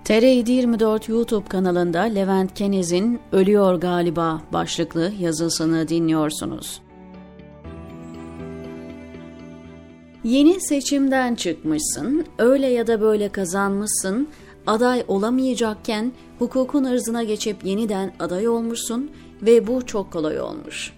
TR724 YouTube kanalında Levent Kenez'in "Ölüyor Galiba" başlıklı yazısını dinliyorsunuz. Yeni seçimden çıkmışsın, öyle ya da böyle kazanmışsın, aday olamayacakken hukukun ırzına geçip yeniden aday olmuşsun ve bu çok kolay olmuş.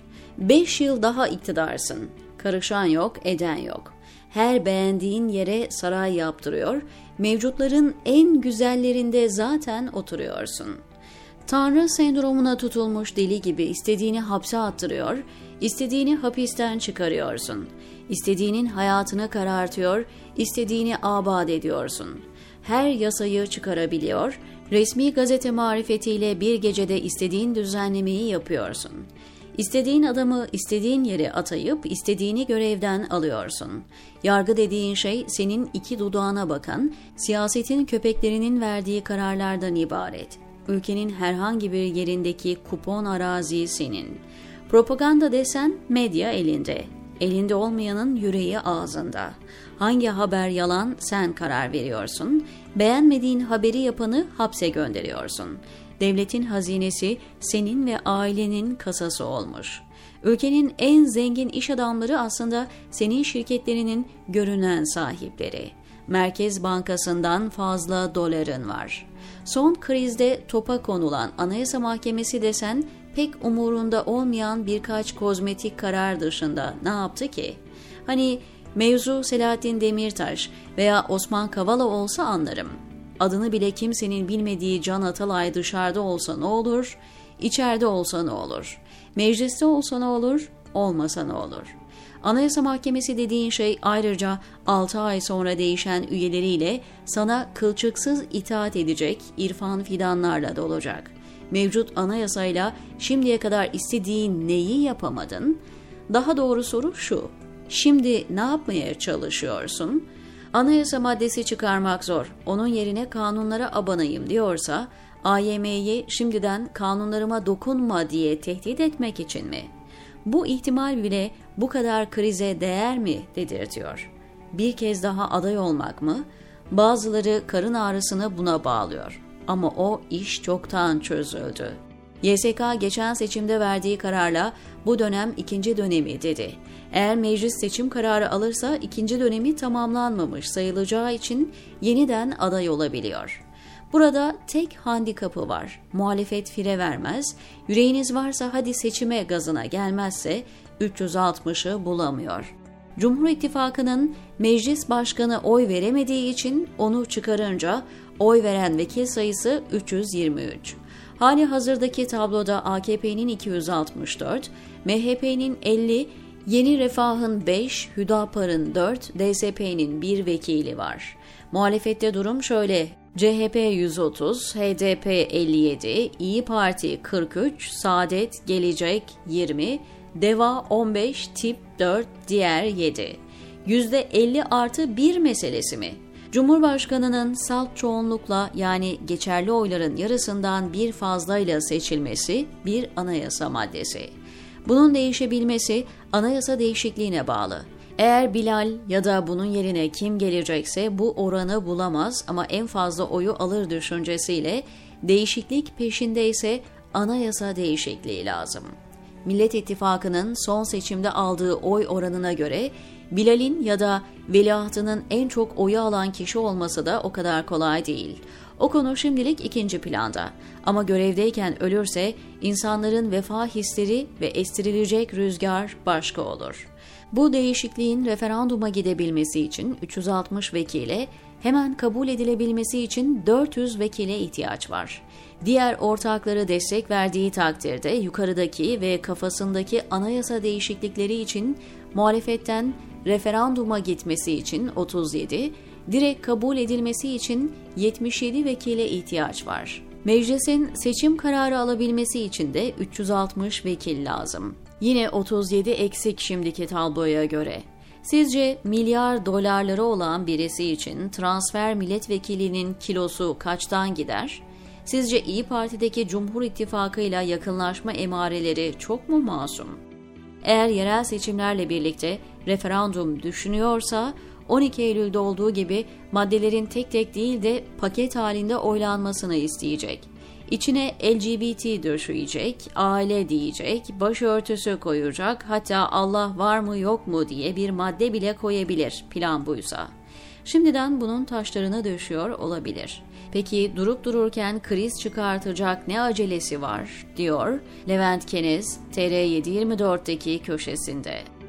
5 yıl daha iktidarsın, karışan yok, eden yok. Her beğendiğin yere saray yaptırıyor, mevcutların en güzellerinde zaten oturuyorsun. Tanrı sendromuna tutulmuş deli gibi istediğini hapse attırıyor, istediğini hapisten çıkarıyorsun. İstediğinin hayatını karartıyor, istediğini abad ediyorsun. Her yasayı çıkarabiliyor, resmi gazete marifetiyle bir gecede istediğin düzenlemeyi yapıyorsun. İstediğin adamı istediğin yere atayıp istediğini görevden alıyorsun. Yargı dediğin şey senin iki dudağına bakan, siyasetin köpeklerinin verdiği kararlardan ibaret. Ülkenin herhangi bir yerindeki kupon arazi senin. Propaganda desen medya elinde. Elinde olmayanın yüreği ağzında. Hangi haber yalan sen karar veriyorsun. Beğenmediğin haberi yapanı hapse gönderiyorsun. Devletin hazinesi senin ve ailenin kasası olmuş. Ülkenin en zengin iş adamları aslında senin şirketlerinin görünen sahipleri. Merkez Bankası'ndan fazla doların var. Son krizde topa konulan Anayasa Mahkemesi desen pek umurunda olmayan birkaç kozmetik karar dışında ne yaptı ki? Hani mevzu Selahattin Demirtaş veya Osman Kavala olsa anlarım. Adını bile kimsenin bilmediği Can Atalay dışarıda olsa ne olur, içeride olsa ne olur? Mecliste olsa ne olur, olmasa ne olur? Anayasa Mahkemesi dediğin şey ayrıca 6 ay sonra değişen üyeleriyle sana kılçıksız itaat edecek irfan fidanlarla dolacak. Mevcut anayasayla şimdiye kadar istediğin neyi yapamadın? Daha doğru soru şu: şimdi ne yapmaya çalışıyorsun? Anayasa maddesi çıkarmak zor, onun yerine kanunlara abanayım diyorsa, AYM'yi şimdiden kanunlarıma dokunma diye tehdit etmek için mi? Bu ihtimal bile bu kadar krize değer mi dedirtiyor. Bir kez daha aday olmak mı? Bazıları karın ağrısını buna bağlıyor. Ama o iş çoktan çözüldü. YSK geçen seçimde verdiği kararla bu dönem ikinci dönemi dedi. Eğer meclis seçim kararı alırsa ikinci dönemi tamamlanmamış sayılacağı için yeniden aday olabiliyor. Burada tek handikapı var. Muhalefet fire vermez, yüreğiniz varsa hadi seçime gazına gelmezse 360'ı bulamıyor. Cumhur İttifakı'nın meclis başkanı oy veremediği için onu çıkarınca oy veren vekil sayısı 323. Hali hazırdaki tabloda AKP'nin 264, MHP'nin 50, Yeni Refah'ın 5, Hüdapar'ın 4, DSP'nin 1 vekili var. Muhalefette durum şöyle: CHP 130, HDP 57, İyi Parti 43, Saadet, Gelecek 20, DEVA 15, Tip 4, diğer 7. %50+1 meselesi mi? Cumhurbaşkanının salt çoğunlukla, yani geçerli oyların yarısından bir fazlayla seçilmesi bir anayasa maddesi. Bunun değişebilmesi anayasa değişikliğine bağlı. Eğer Bilal ya da bunun yerine kim gelecekse bu oranı bulamaz ama en fazla oyu alır düşüncesiyle değişiklik peşindeyse anayasa değişikliği lazım. Millet İttifakı'nın son seçimde aldığı oy oranına göre Bilal'in ya da veliahtının en çok oyu alan kişi olması da o kadar kolay değil. O konu şimdilik ikinci planda. Ama görevdeyken ölürse insanların vefa hisleri ve estirilecek rüzgar başka olur. Bu değişikliğin referanduma gidebilmesi için 360 vekile, hemen kabul edilebilmesi için 400 vekile ihtiyaç var. Diğer ortakları destek verdiği takdirde yukarıdaki ve kafasındaki anayasa değişiklikleri için muhalefetten referanduma gitmesi için 37, direkt kabul edilmesi için 77 vekile ihtiyaç var. Meclisin seçim kararı alabilmesi için de 360 vekil lazım. Yine 37 eksik şimdiki tabloya göre. Sizce milyar dolarları olan birisi için transfer milletvekilinin kilosu kaçtan gider? Sizce İyi Parti'deki Cumhur İttifakı'yla yakınlaşma emareleri çok mu masum? Eğer yerel seçimlerle birlikte referandum düşünüyorsa 12 Eylül'de olduğu gibi maddelerin tek tek değil de paket halinde oylanmasını isteyecek. İçine LGBT döşeyecek, aile diyecek, başörtüsü koyacak, hatta Allah var mı yok mu diye bir madde bile koyabilir, plan buysa. Şimdiden bunun taşlarını döşüyor olabilir. Peki durup dururken kriz çıkartacak ne acelesi var, diyor Levent Keniz, TR724'teki köşesinde.